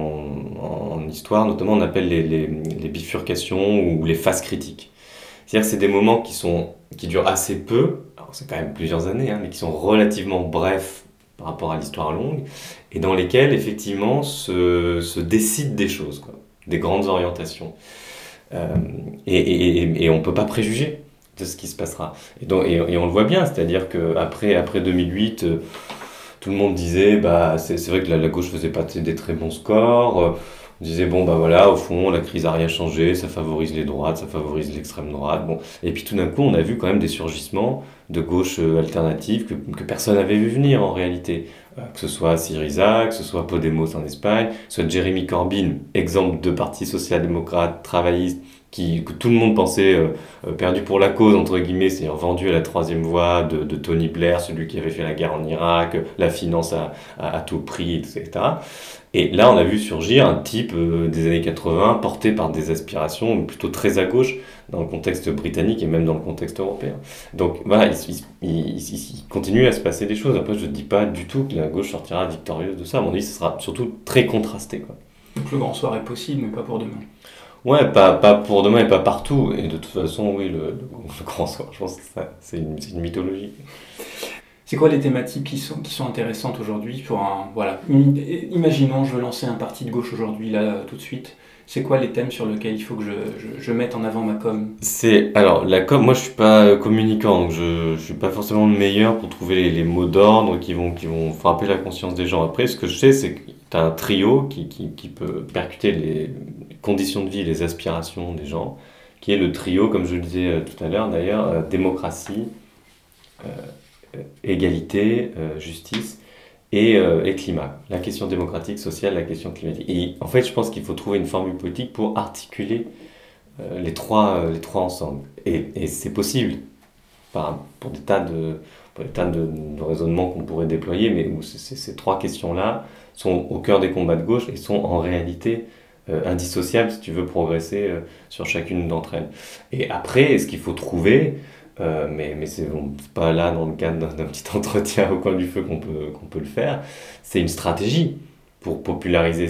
en histoire notamment, on appelle les bifurcations ou les phases critiques. C'est-à-dire que c'est des moments qui durent assez peu, alors c'est quand même plusieurs années, mais qui sont relativement brefs par rapport à l'histoire longue, et dans lesquels effectivement se décident des choses, des grandes orientations. Et on ne peut pas préjuger de ce qui se passera. Et on le voit bien, c'est-à-dire qu'après 2008, tout le monde disait, c'est vrai que la gauche faisait pas des très bons scores, on disait, au fond, la crise n'a rien changé, ça favorise les droites, ça favorise l'extrême droite. Bon. Et puis tout d'un coup, on a vu quand même des surgissements de gauche alternative que personne n'avait vu venir en réalité. Que ce soit Syriza, que ce soit Podemos en Espagne, que ce soit Jeremy Corbyn, exemple de parti social-démocrate, travailliste, que tout le monde pensait perdu pour la cause, entre guillemets, c'est-à-dire vendu à la troisième voie de Tony Blair, celui qui avait fait la guerre en Irak, la finance à tout prix, etc. Et là, on a vu surgir un type des années 80 porté par des aspirations plutôt très à gauche dans le contexte britannique et même dans le contexte européen. Donc voilà, il continue à se passer des choses. Après, je ne dis pas du tout que la gauche sortira victorieuse de ça. À mon avis, ce sera surtout très contrasté. Donc le grand soir est possible, mais pas pour demain. Ouais, pas pour demain et pas partout. Et de toute façon, oui, le grand soir, je pense que c'est une mythologie. C'est quoi les thématiques qui sont intéressantes aujourd'hui pour imaginons, je veux lancer un parti de gauche aujourd'hui, là, tout de suite. C'est quoi les thèmes sur lesquels il faut que je mette en avant ma com? Alors, la com, moi je suis pas communicant, donc je suis pas forcément le meilleur pour trouver les mots d'ordre qui vont frapper la conscience des gens. Après, ce que je sais, c'est que tu as un trio qui peut percuter les conditions de vie, les aspirations des gens, qui est le trio, comme je le disais tout à l'heure d'ailleurs, démocratie, égalité, justice et climat. La question démocratique, sociale, la question climatique. Et en fait, je pense qu'il faut trouver une formule politique pour articuler les trois ensemble. Et c'est possible pour des tas de raisonnements qu'on pourrait déployer, mais où ces trois questions-là sont au cœur des combats de gauche et sont en réalité indissociables si tu veux progresser sur chacune d'entre elles. Et après, ce qu'il faut trouver, mais c'est pas là dans le cadre d'un petit entretien au coin du feu qu'on peut le faire, c'est une stratégie pour populariser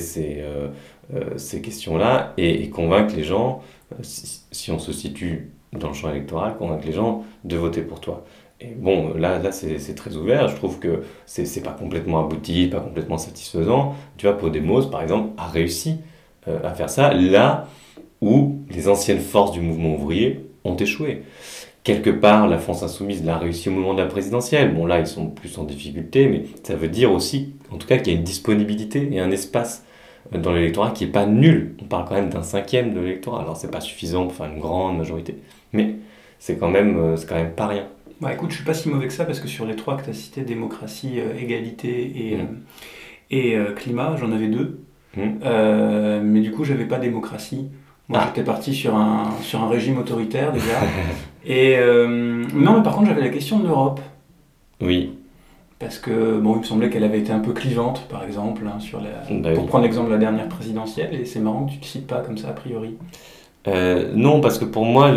ces questions-là et convaincre les gens, si on se situe dans le champ électoral, convaincre les gens de voter pour toi. Et bon, là c'est très ouvert, je trouve que c'est pas complètement abouti, pas complètement satisfaisant. Tu vois, Podemos, par exemple, a réussi à faire ça là où les anciennes forces du mouvement ouvrier ont échoué. Quelque part, la France Insoumise l'a réussi au moment de la présidentielle. Bon, là, ils sont plus en difficulté, mais ça veut dire aussi, en tout cas, qu'il y a une disponibilité et un espace dans l'électorat qui n'est pas nul. On parle quand même d'un 5e de l'électorat. Alors, c'est pas suffisant pour faire une grande majorité, mais c'est quand même pas rien. Bah écoute, je suis pas si mauvais que ça, parce que sur les 3 que tu as cités, démocratie, égalité et climat, j'en avais 2. Mais du coup, j'avais pas démocratie. Moi, j'étais parti sur un régime autoritaire déjà. Et non, mais par contre, j'avais la question de l'Europe. Oui. Parce que, bon, il me semblait qu'elle avait été un peu clivante, par exemple, hein, pour prendre l'exemple de la dernière présidentielle, et c'est marrant que tu ne le cites pas comme ça, a priori. Non, parce que pour moi,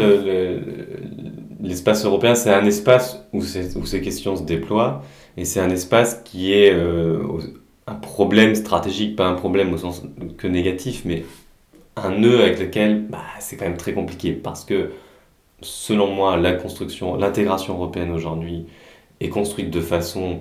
l'espace européen, c'est un espace où ces questions se déploient, et c'est un espace qui est un problème stratégique, pas un problème au sens que négatif, mais un nœud avec lequel c'est quand même très compliqué, parce que selon moi, l'intégration européenne aujourd'hui est construite de façon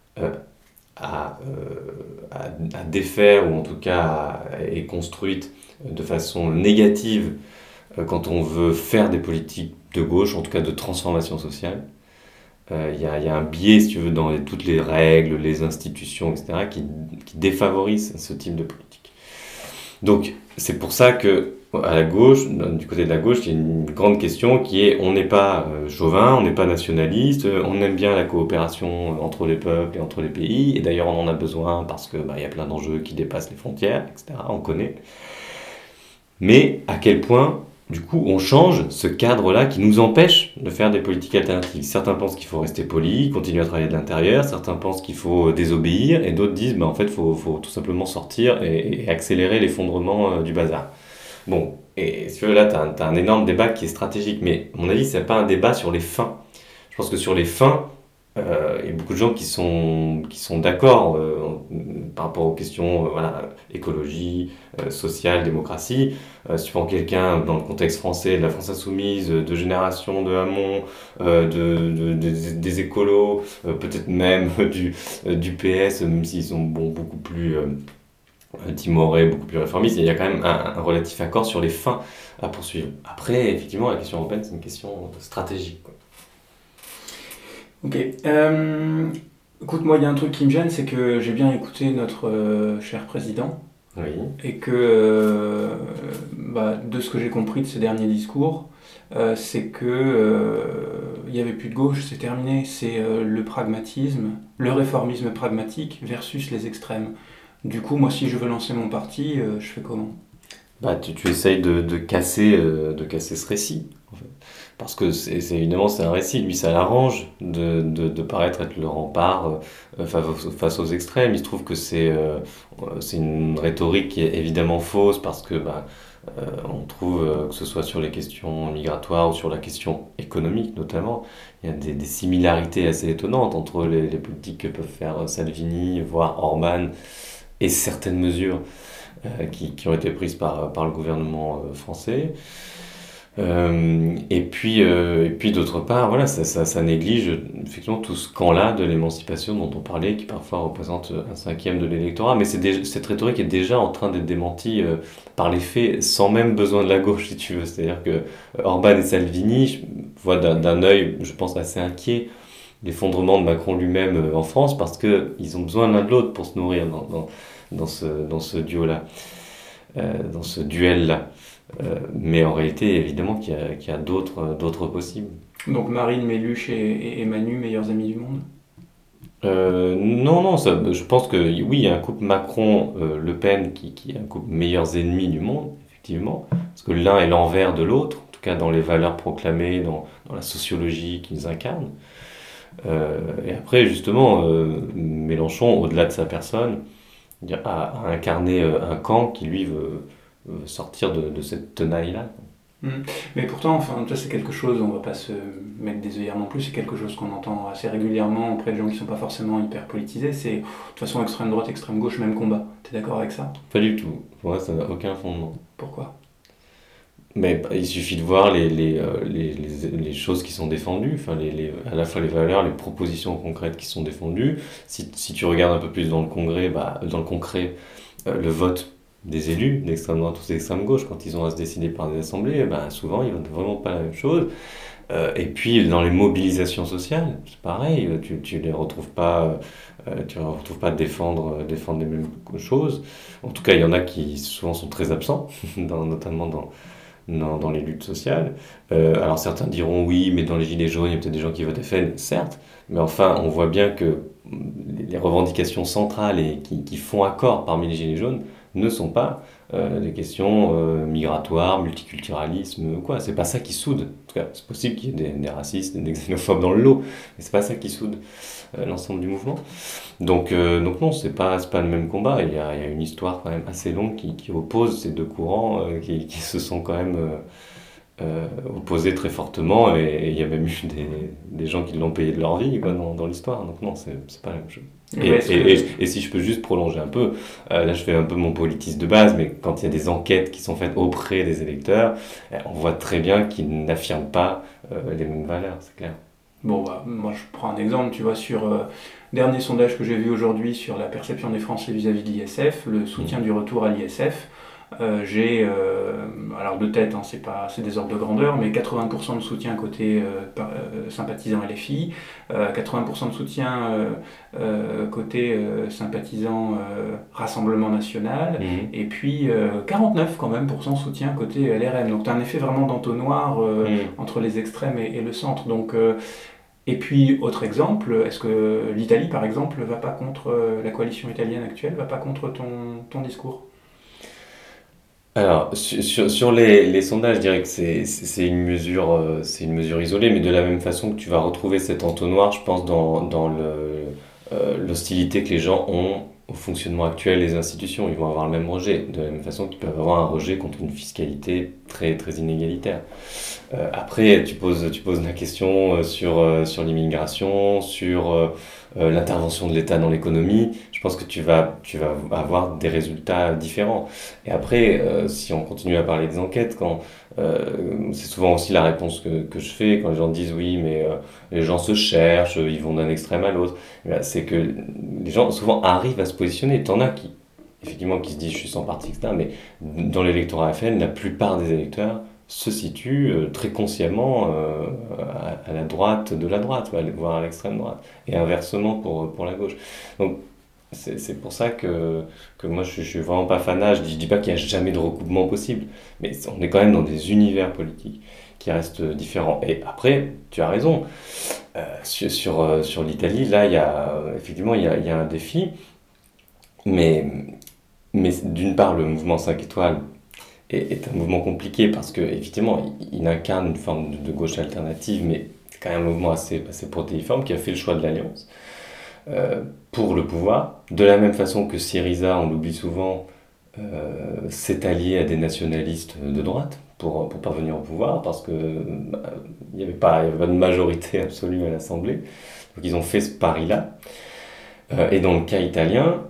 à défaire, ou en tout cas est construite de façon négative quand on veut faire des politiques de gauche, en tout cas de transformation sociale. Il y a un biais, si tu veux, dans toutes les règles, les institutions, etc., qui défavorisent ce type de politique. Donc, c'est pour ça que à la gauche, du côté de la gauche, il y a une grande question qui est: on n'est pas chauvin, on n'est pas nationaliste, on aime bien la coopération entre les peuples et entre les pays, et d'ailleurs on en a besoin parce que y a plein d'enjeux qui dépassent les frontières, etc. On connaît. Mais à quel point, du coup, on change ce cadre-là qui nous empêche de faire des politiques alternatives. Certains pensent qu'il faut rester poli, continuer à travailler de l'intérieur, certains pensent qu'il faut désobéir, et d'autres disent en fait, il faut tout simplement sortir et accélérer l'effondrement du bazar. Bon, et si tu veux, là, t'as un énorme débat qui est stratégique, mais à mon avis, c'est pas un débat sur les fins. Je pense que sur les fins, il y a beaucoup de gens qui sont d'accord par rapport aux questions écologie, sociale, démocratie. Si tu prends quelqu'un dans le contexte français, de la France Insoumise, de Génération, de Hamon, des écolos, peut-être même du PS, même s'ils sont beaucoup plus timorés, beaucoup plus réformistes, il y a quand même un relatif accord sur les fins à poursuivre. Après, effectivement, la question européenne, c'est une question stratégique, quoi. Ok. Écoute, moi, il y a un truc qui me gêne, c'est que j'ai bien écouté notre cher président. Oui. Et que, de ce que j'ai compris de ses derniers discours, c'est que il n'y avait plus de gauche, c'est terminé. C'est le pragmatisme, le réformisme pragmatique versus les extrêmes. Du coup, moi, si je veux lancer mon parti, je fais comment ? Tu essayes de casser ce récit, en fait. Parce que c'est évidemment, c'est un récit. Lui, ça l'arrange de paraître être le rempart face aux extrêmes. Il se trouve que c'est une rhétorique qui est évidemment fausse, parce que on trouve, que ce soit sur les questions migratoires ou sur la question économique notamment, il y a des similarités assez étonnantes entre les politiques que peuvent faire Salvini, voire Orban, et certaines mesures qui ont été prises par le gouvernement français. Et puis d'autre part, voilà, ça néglige effectivement tout ce camp-là de l'émancipation dont on parlait, qui parfois représente un 5e de l'électorat. Mais cette rhétorique est déjà en train d'être démentie par les faits, sans même besoin de la gauche, si tu veux. C'est-à-dire que Orban et Salvini voient d'un œil, je pense, assez inquiet l'effondrement de Macron lui-même en France, parce qu'ils ont besoin l'un de l'autre pour se nourrir dans ce duo-là, dans ce duel-là. Mais en réalité, évidemment qu'il y a d'autres possibles. Donc Marine, Méluche et Manu, meilleurs amis du monde ? Non, je pense que oui, il y a un couple Macron-Le Pen qui est un couple meilleurs ennemis du monde, effectivement, parce que l'un est l'envers de l'autre, en tout cas dans les valeurs proclamées, dans la sociologie qu'ils incarnent. Et après, justement, Mélenchon, au-delà de sa personne, a incarné un camp qui, lui, veut sortir de cette tenaille-là. Mais pourtant, enfin, ça c'est quelque chose, on va pas se mettre des œillères non plus, c'est quelque chose qu'on entend assez régulièrement auprès de gens qui sont pas forcément hyper politisés, c'est de toute façon extrême droite, extrême gauche, même combat. T'es d'accord avec ça? Pas du tout. Pour moi, ça n'a aucun fondement. Pourquoi? Mais il suffit de voir les choses qui sont défendues, enfin à la fois les valeurs, les propositions concrètes qui sont défendues. Si tu regardes un peu plus dans le concret, le vote des élus d'extrême droite ou d'extrême gauche, quand ils ont à se décider par des assemblées, souvent ils votent vraiment pas la même chose. Et puis dans les mobilisations sociales, c'est pareil, tu les retrouves pas, défendre les mêmes choses. En tout cas, il y en a qui souvent sont très absents, notamment dans les luttes sociales. Alors certains diront oui, mais dans les Gilets jaunes, il y a peut-être des gens qui votent FN, certes, mais enfin, on voit bien que les revendications centrales et qui font accord parmi les Gilets jaunes ne sont pas des questions migratoires, multiculturalisme ou quoi. C'est pas ça qui soude. En tout cas, c'est possible qu'il y ait des racistes, des xénophobes dans le lot, mais c'est pas ça qui soude l'ensemble du mouvement. Donc non, c'est pas le même combat. Il y a une histoire quand même assez longue qui oppose ces deux courants qui se sont quand même opposés très fortement, et il y a même eu des gens qui l'ont payé de leur vie dans l'histoire. Donc non, c'est pas la même chose. Et si je peux juste prolonger un peu, là je fais un peu mon politiste de base, mais quand il y a des enquêtes qui sont faites auprès des électeurs, on voit très bien qu'ils n'affirment pas les mêmes valeurs, c'est clair. Bon, moi je prends un exemple, tu vois, sur dernier sondage que j'ai vu aujourd'hui sur la perception des Français vis-à-vis de l'ISF, le soutien du retour à l'ISF. J'ai, alors de tête, c'est des ordres de grandeur, mais 80% de soutien côté sympathisant LFI, 80% de soutien côté sympathisant Rassemblement National, et puis 49% quand même de soutien côté LRM. Donc tu as un effet vraiment d'entonnoir entre les extrêmes et le centre. Donc, et puis, autre exemple, est-ce que l'Italie, par exemple, va pas contre la coalition italienne actuelle, va pas contre ton discours? Alors, sur les sondages, je dirais que c'est une mesure isolée, mais de la même façon que tu vas retrouver cet entonnoir, je pense, dans l'hostilité que les gens ont au fonctionnement actuel des institutions. Ils vont avoir le même rejet, de la même façon qu'ils peuvent avoir un rejet contre une fiscalité très, très inégalitaire. Après, tu poses la question sur l'immigration, sur l'intervention de l'État dans l'économie. Je pense que tu vas avoir des résultats différents. Et après, si on continue à parler des enquêtes, c'est souvent aussi la réponse que je fais quand les gens disent oui, mais les gens se cherchent, ils vont d'un extrême à l'autre. C'est que les gens souvent arrivent à se positionner. T'en as qui se disent je suis sans parti, etc. Mais dans l'électorat FN, la plupart des électeurs se situent très consciemment à la droite de la droite, voire à l'extrême droite, et inversement pour la gauche. Donc c'est pour ça que moi je suis vraiment pas fanat. Je dis pas qu'il y a jamais de recoupement possible, mais on est quand même dans des univers politiques qui restent différents. Et après, tu as raison, sur l'Italie, là il y a un défi, mais d'une part le mouvement 5 étoiles est un mouvement compliqué parce qu'effectivement il incarne une forme de gauche alternative, mais c'est quand même un mouvement assez protéiforme qui a fait le choix de l'alliance pour le pouvoir, de la même façon que Syriza, on l'oublie souvent, s'est allié à des nationalistes de droite pour parvenir au pouvoir, parce qu'il n'y avait pas de majorité absolue à l'Assemblée, donc ils ont fait ce pari-là. Et dans le cas italien,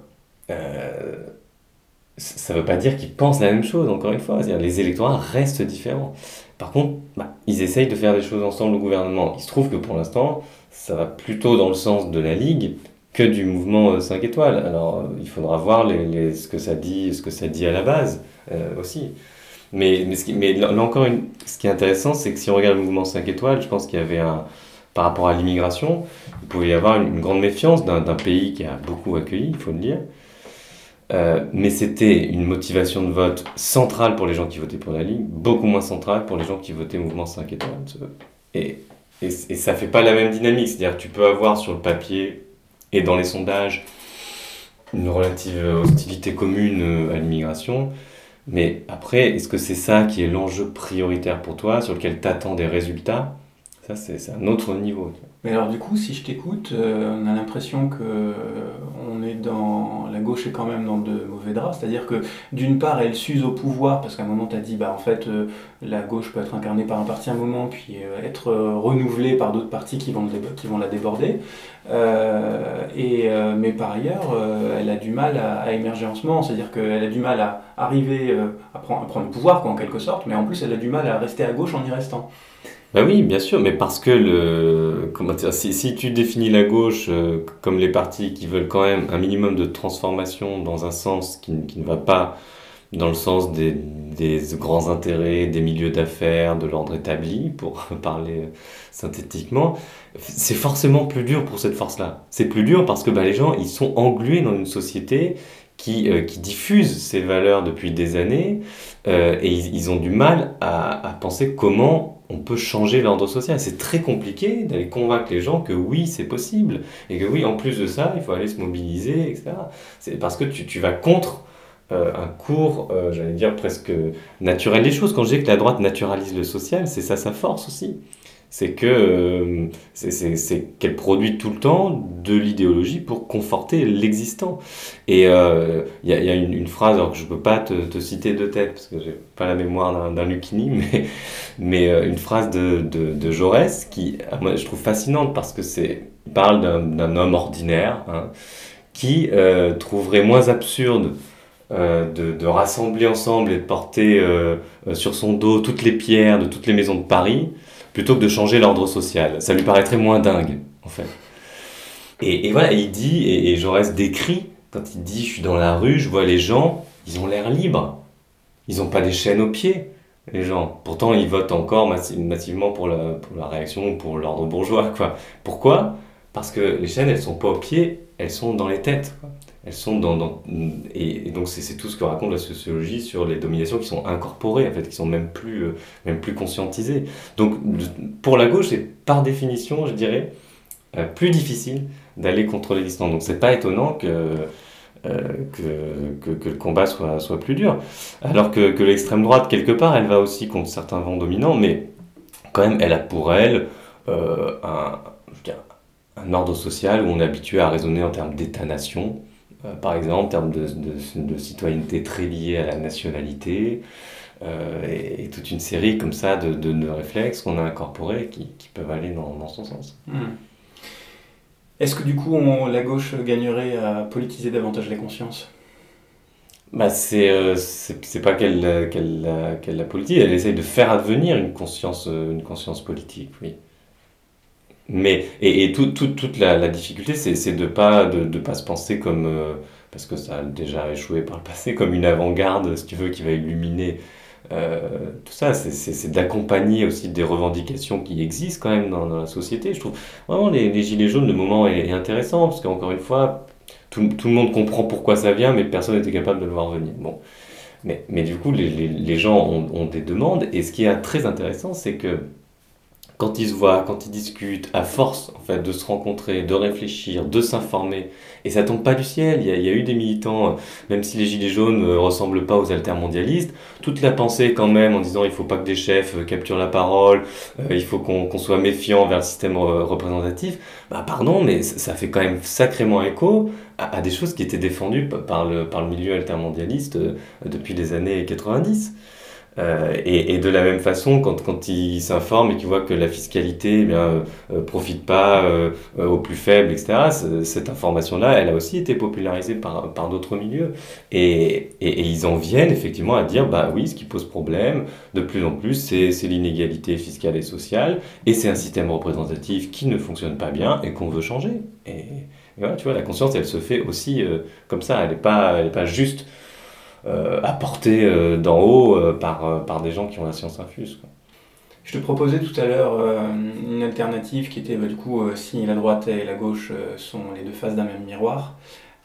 ça ne veut pas dire qu'ils pensent la même chose, encore une fois. C'est-à-dire, les électorats restent différents. Par contre, ils essayent de faire des choses ensemble au gouvernement. Il se trouve que pour l'instant, ça va plutôt dans le sens de la Ligue que du mouvement 5 étoiles. Alors, il faudra voir ce que ça dit à la base aussi. Mais là encore, ce qui est intéressant, c'est que si on regarde le mouvement 5 étoiles, je pense qu'il y avait par rapport à l'immigration, il pouvait y avoir une grande méfiance d'un pays qui a beaucoup accueilli, il faut le dire. Mais c'était une motivation de vote centrale pour les gens qui votaient pour la Ligue, beaucoup moins centrale pour les gens qui votaient mouvement 5 étoiles. Et ça fait pas la même dynamique, c'est-à-dire que tu peux avoir sur le papier et dans les sondages une relative hostilité commune à l'immigration, mais après, est-ce que c'est ça qui est l'enjeu prioritaire pour toi, sur lequel tu attends des résultats? Ça, c'est un autre niveau. Mais alors du coup, si je t'écoute, on a l'impression que la gauche est quand même dans de mauvais draps, c'est-à-dire que d'une part, elle s'use au pouvoir, parce qu'à un moment, tu as dit, en fait, la gauche peut être incarnée par un parti à un moment, puis être renouvelée par d'autres partis qui vont la déborder. Mais par ailleurs, elle a du mal à émerger en ce moment, c'est-à-dire qu'elle a du mal à arriver à prendre le pouvoir, quoi, en quelque sorte, mais en plus, elle a du mal à rester à gauche en y restant. Ben oui, bien sûr, mais parce que si tu définis la gauche comme les partis qui veulent quand même un minimum de transformation dans un sens qui ne va pas dans le sens des grands intérêts, des milieux d'affaires, de l'ordre établi, pour parler synthétiquement, c'est forcément plus dur pour cette force-là. C'est plus dur parce que les gens, ils sont englués dans une société qui diffuse ces valeurs depuis des années et ils ont du mal à penser comment on peut changer l'ordre social. C'est très compliqué d'aller convaincre les gens que oui, c'est possible et que oui, en plus de ça, il faut aller se mobiliser, etc. C'est parce que tu vas contre un cours, j'allais dire presque naturel des choses. Quand je dis que la droite naturalise le social, c'est ça sa force aussi. C'est que c'est qu'elle produit tout le temps de l'idéologie pour conforter l'existant. Et il y a une phrase, alors que je ne peux pas te citer de tête, parce que je n'ai pas la mémoire d'un Lucchini, mais une phrase de Jaurès qui, moi, je trouve fascinante, parce que il parle d'un homme ordinaire qui trouverait moins absurde de rassembler ensemble et de porter sur son dos toutes les pierres de toutes les maisons de Paris, plutôt que de changer l'ordre social. Ça lui paraîtrait moins dingue, en fait. Et voilà, il dit, et Jaurès décrit, quand il dit « je suis dans la rue, je vois les gens, ils ont l'air libres. Ils n'ont pas des chaînes aux pieds, les gens. Pourtant, ils votent encore massivement pour la réaction, pour l'ordre bourgeois, quoi. Pourquoi ? Parce que les chaînes, elles ne sont pas aux pieds, elles sont dans les têtes, quoi. Elles sont et donc c'est tout ce que raconte la sociologie sur les dominations qui sont incorporées, en fait, qui sont même plus conscientisées. Donc pour la gauche, c'est par définition, je dirais, plus difficile d'aller contre l'existant. Donc c'est pas étonnant que le combat soit plus dur. Alors que l'extrême droite, quelque part, elle va aussi contre certains vents dominants, mais quand même, elle a pour elle un ordre social où on est habitué à raisonner en termes d'État-nation, par exemple, en termes de citoyenneté très liée à la nationalité, et toute une série comme ça de réflexes qu'on a incorporés qui peuvent aller dans son sens. Est-ce que du coup la gauche gagnerait à politiser davantage les consciences ? C'est pas qu'elle la politique, elle essaye de faire advenir une conscience politique, oui. Mais toute la difficulté, c'est de pas se penser comme, parce que ça a déjà échoué par le passé, comme une avant-garde, si tu veux, qui va illuminer tout ça. C'est d'accompagner aussi des revendications qui existent quand même dans la société. Je trouve vraiment les Gilets jaunes, le moment est intéressant, parce qu'encore une fois, tout le monde comprend pourquoi ça vient, mais personne n'était capable de le voir venir. Bon. Mais du coup, les gens ont des demandes, et ce qui est très intéressant, c'est que quand ils se voient, quand ils discutent, à force en fait de se rencontrer, de réfléchir, de s'informer, et ça tombe pas du ciel. Il y a eu des militants, même si les Gilets jaunes ne ressemblent pas aux altermondialistes, toute la pensée quand même en disant il faut pas que des chefs capturent la parole, il faut qu'on soit méfiant vers le système représentatif. Pardon, mais ça fait quand même sacrément écho à des choses qui étaient défendues par le milieu altermondialiste depuis les années 90. Et de la même façon, quand ils s'informent et qu'ils voient que la fiscalité profite pas aux plus faibles, etc., cette information-là, elle a aussi été popularisée par d'autres milieux. Et ils en viennent effectivement à dire, oui, ce qui pose problème, de plus en plus, c'est l'inégalité fiscale et sociale, et c'est un système représentatif qui ne fonctionne pas bien et qu'on veut changer. Et voilà, tu vois, la conscience, elle se fait aussi comme ça, elle n'est pas juste apporté d'en haut par des gens qui ont la science infuse, quoi. Je te proposais tout à l'heure une alternative qui était du coup si la droite et la gauche sont les deux faces d'un même miroir.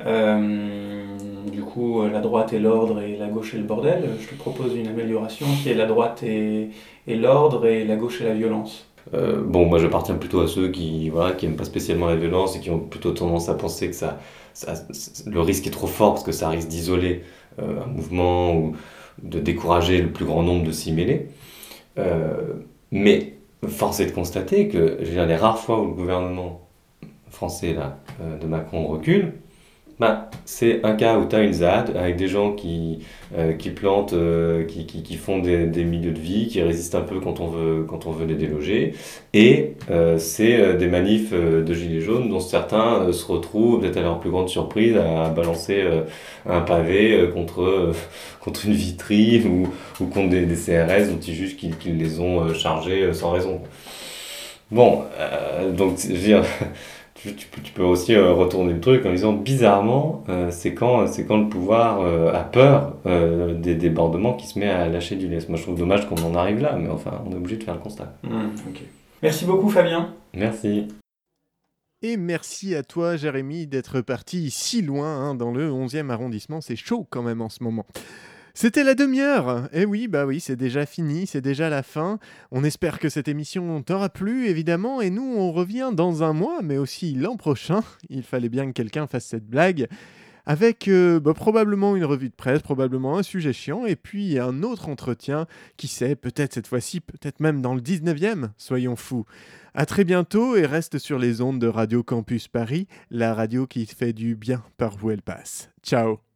Du coup la droite est l'ordre et la gauche est le bordel. Je te propose une amélioration qui est la droite et l'ordre et la gauche et la violence. Moi j'appartiens plutôt à ceux qui aiment pas spécialement la violence et qui ont plutôt tendance à penser que le risque est trop fort parce que ça risque d'isoler un mouvement ou de décourager le plus grand nombre de s'y mêler. Mais force est de constater que, je veux dire, les rares fois où le gouvernement français là, de Macron recule, c'est un cas où tu as une ZAD avec des gens qui plantent, qui font des milieux de vie, qui résistent un peu quand on veut les déloger. Et c'est des manifs de gilets jaunes dont certains se retrouvent, peut-être à leur plus grande surprise, à balancer un pavé contre une vitrine ou contre des CRS dont ils jugent qu'ils les ont chargés sans raison. Bon, donc je veux dire... Tu peux aussi retourner le truc en disant bizarrement, c'est quand le pouvoir a peur des débordements qui se met à lâcher du lest. Moi je trouve dommage qu'on en arrive là, mais enfin on est obligé de faire le constat. Ok. Merci beaucoup Fabien. Merci. Et merci à toi Jérémy d'être parti si loin dans le 11e arrondissement, c'est chaud quand même en ce moment. C'était la demi-heure. Eh oui, c'est déjà fini, c'est déjà la fin. On espère que cette émission t'aura plu, évidemment, et nous, on revient dans un mois, mais aussi l'an prochain. Il fallait bien que quelqu'un fasse cette blague. Avec probablement une revue de presse, probablement un sujet chiant, et puis un autre entretien, qui sait, peut-être cette fois-ci, peut-être même dans le 19e, soyons fous. À très bientôt, et reste sur les ondes de Radio Campus Paris, la radio qui fait du bien par où elle passe. Ciao.